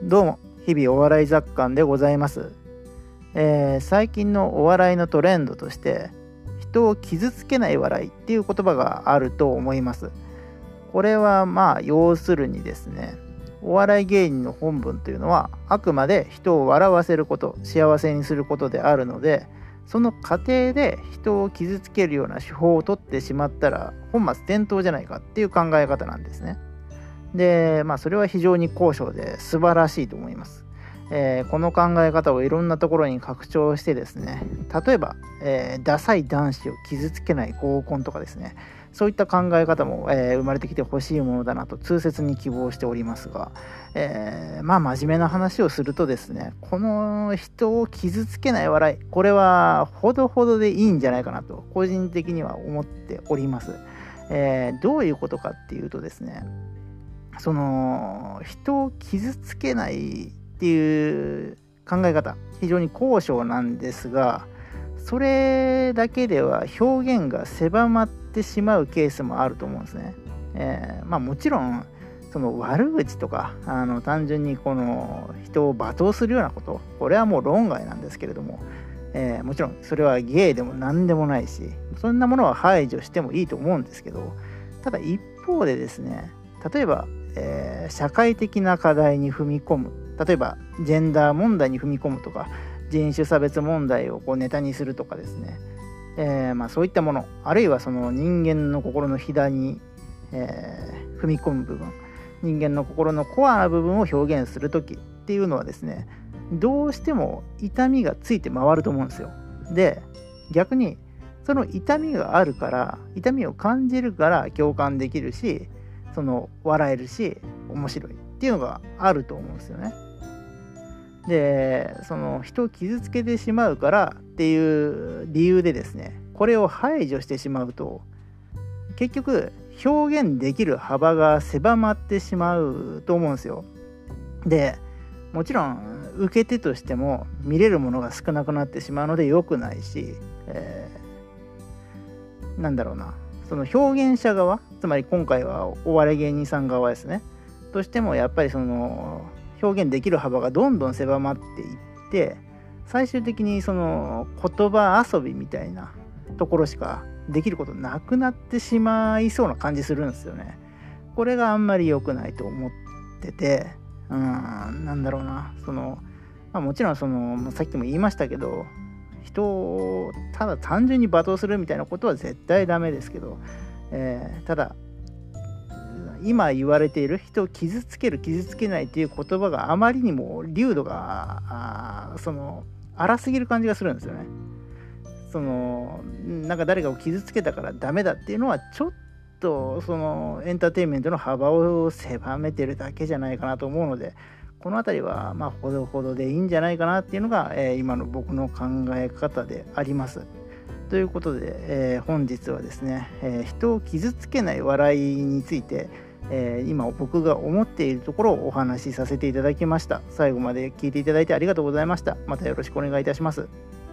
どうも、日々お笑い雑感でございます。最近のお笑いのトレンドとして、人を傷つけない笑いっていう言葉があると思います。これは要するにですね、お笑い芸人の本分というのは、あくまで人を笑わせること、幸せにすることであるので、その過程で人を傷つけるような手法を取ってしまったら、本末転倒じゃないかっていう考え方なんですね。で、それは非常に高尚で素晴らしいと思います。この考え方をいろんなところに拡張してですね、例えば、ダサい男子を傷つけない合コンとかですね、そういった考え方も、生まれてきてほしいものだなと痛切に希望しておりますが、真面目な話をするとですね、この人を傷つけない笑い、これはほどほどでいいんじゃないかなと個人的には思っております。どういうことかっていうとですね、その人を傷つけないっていう考え方、非常に高尚なんですが、それだけでは表現が狭まってしまうケースもあると思うんですね。もちろんその悪口とか単純にこの人を罵倒するようなこと、これはもう論外なんですけれども、もちろんそれは芸でも何でもないし、そんなものは排除してもいいと思うんですけど、ただ一方でですね、例えば社会的な課題に踏み込む、例えばジェンダー問題に踏み込むとか、人種差別問題をネタにするとかですね、そういったもの、あるいはその人間の心のひだに、踏み込む部分、人間の心のコアな部分を表現するときっていうのはですね、どうしても痛みがついて回ると思うんですよ。で、逆にその痛みがあるから、痛みを感じるから共感できるし、その笑えるし面白いっていうのがあると思うんですよね。で、その人を傷つけてしまうからっていう理由でですね、これを排除してしまうと、結局表現できる幅が狭まってしまうと思うんですよ。で、もちろん受け手としても見れるものが少なくなってしまうので良くないし、その表現者側、つまり今回はお笑い芸人さん側ですね、としてもやっぱりその表現できる幅がどんどん狭まっていって、最終的にその言葉遊びみたいなところしかできることなくなってしまいそうな感じするんですよね。これがあんまり良くないと思ってて、もちろんそのさっきも言いましたけど、人をただ単純に罵倒するみたいなことは絶対ダメですけど、ただ今言われている人を傷つける傷つけないっていう言葉があまりにも流度が荒すぎる感じがするんですよね。誰かを傷つけたからダメだっていうのはちょっとそのエンターテインメントの幅を狭めてるだけじゃないかなと思うので、このあたりはほどほどでいいんじゃないかなっていうのが、今の僕の考え方であります。ということで、本日はですね、人を傷つけない笑いについて、今僕が思っているところをお話しさせていただきました。最後まで聞いていただいてありがとうございました。またよろしくお願いいたします。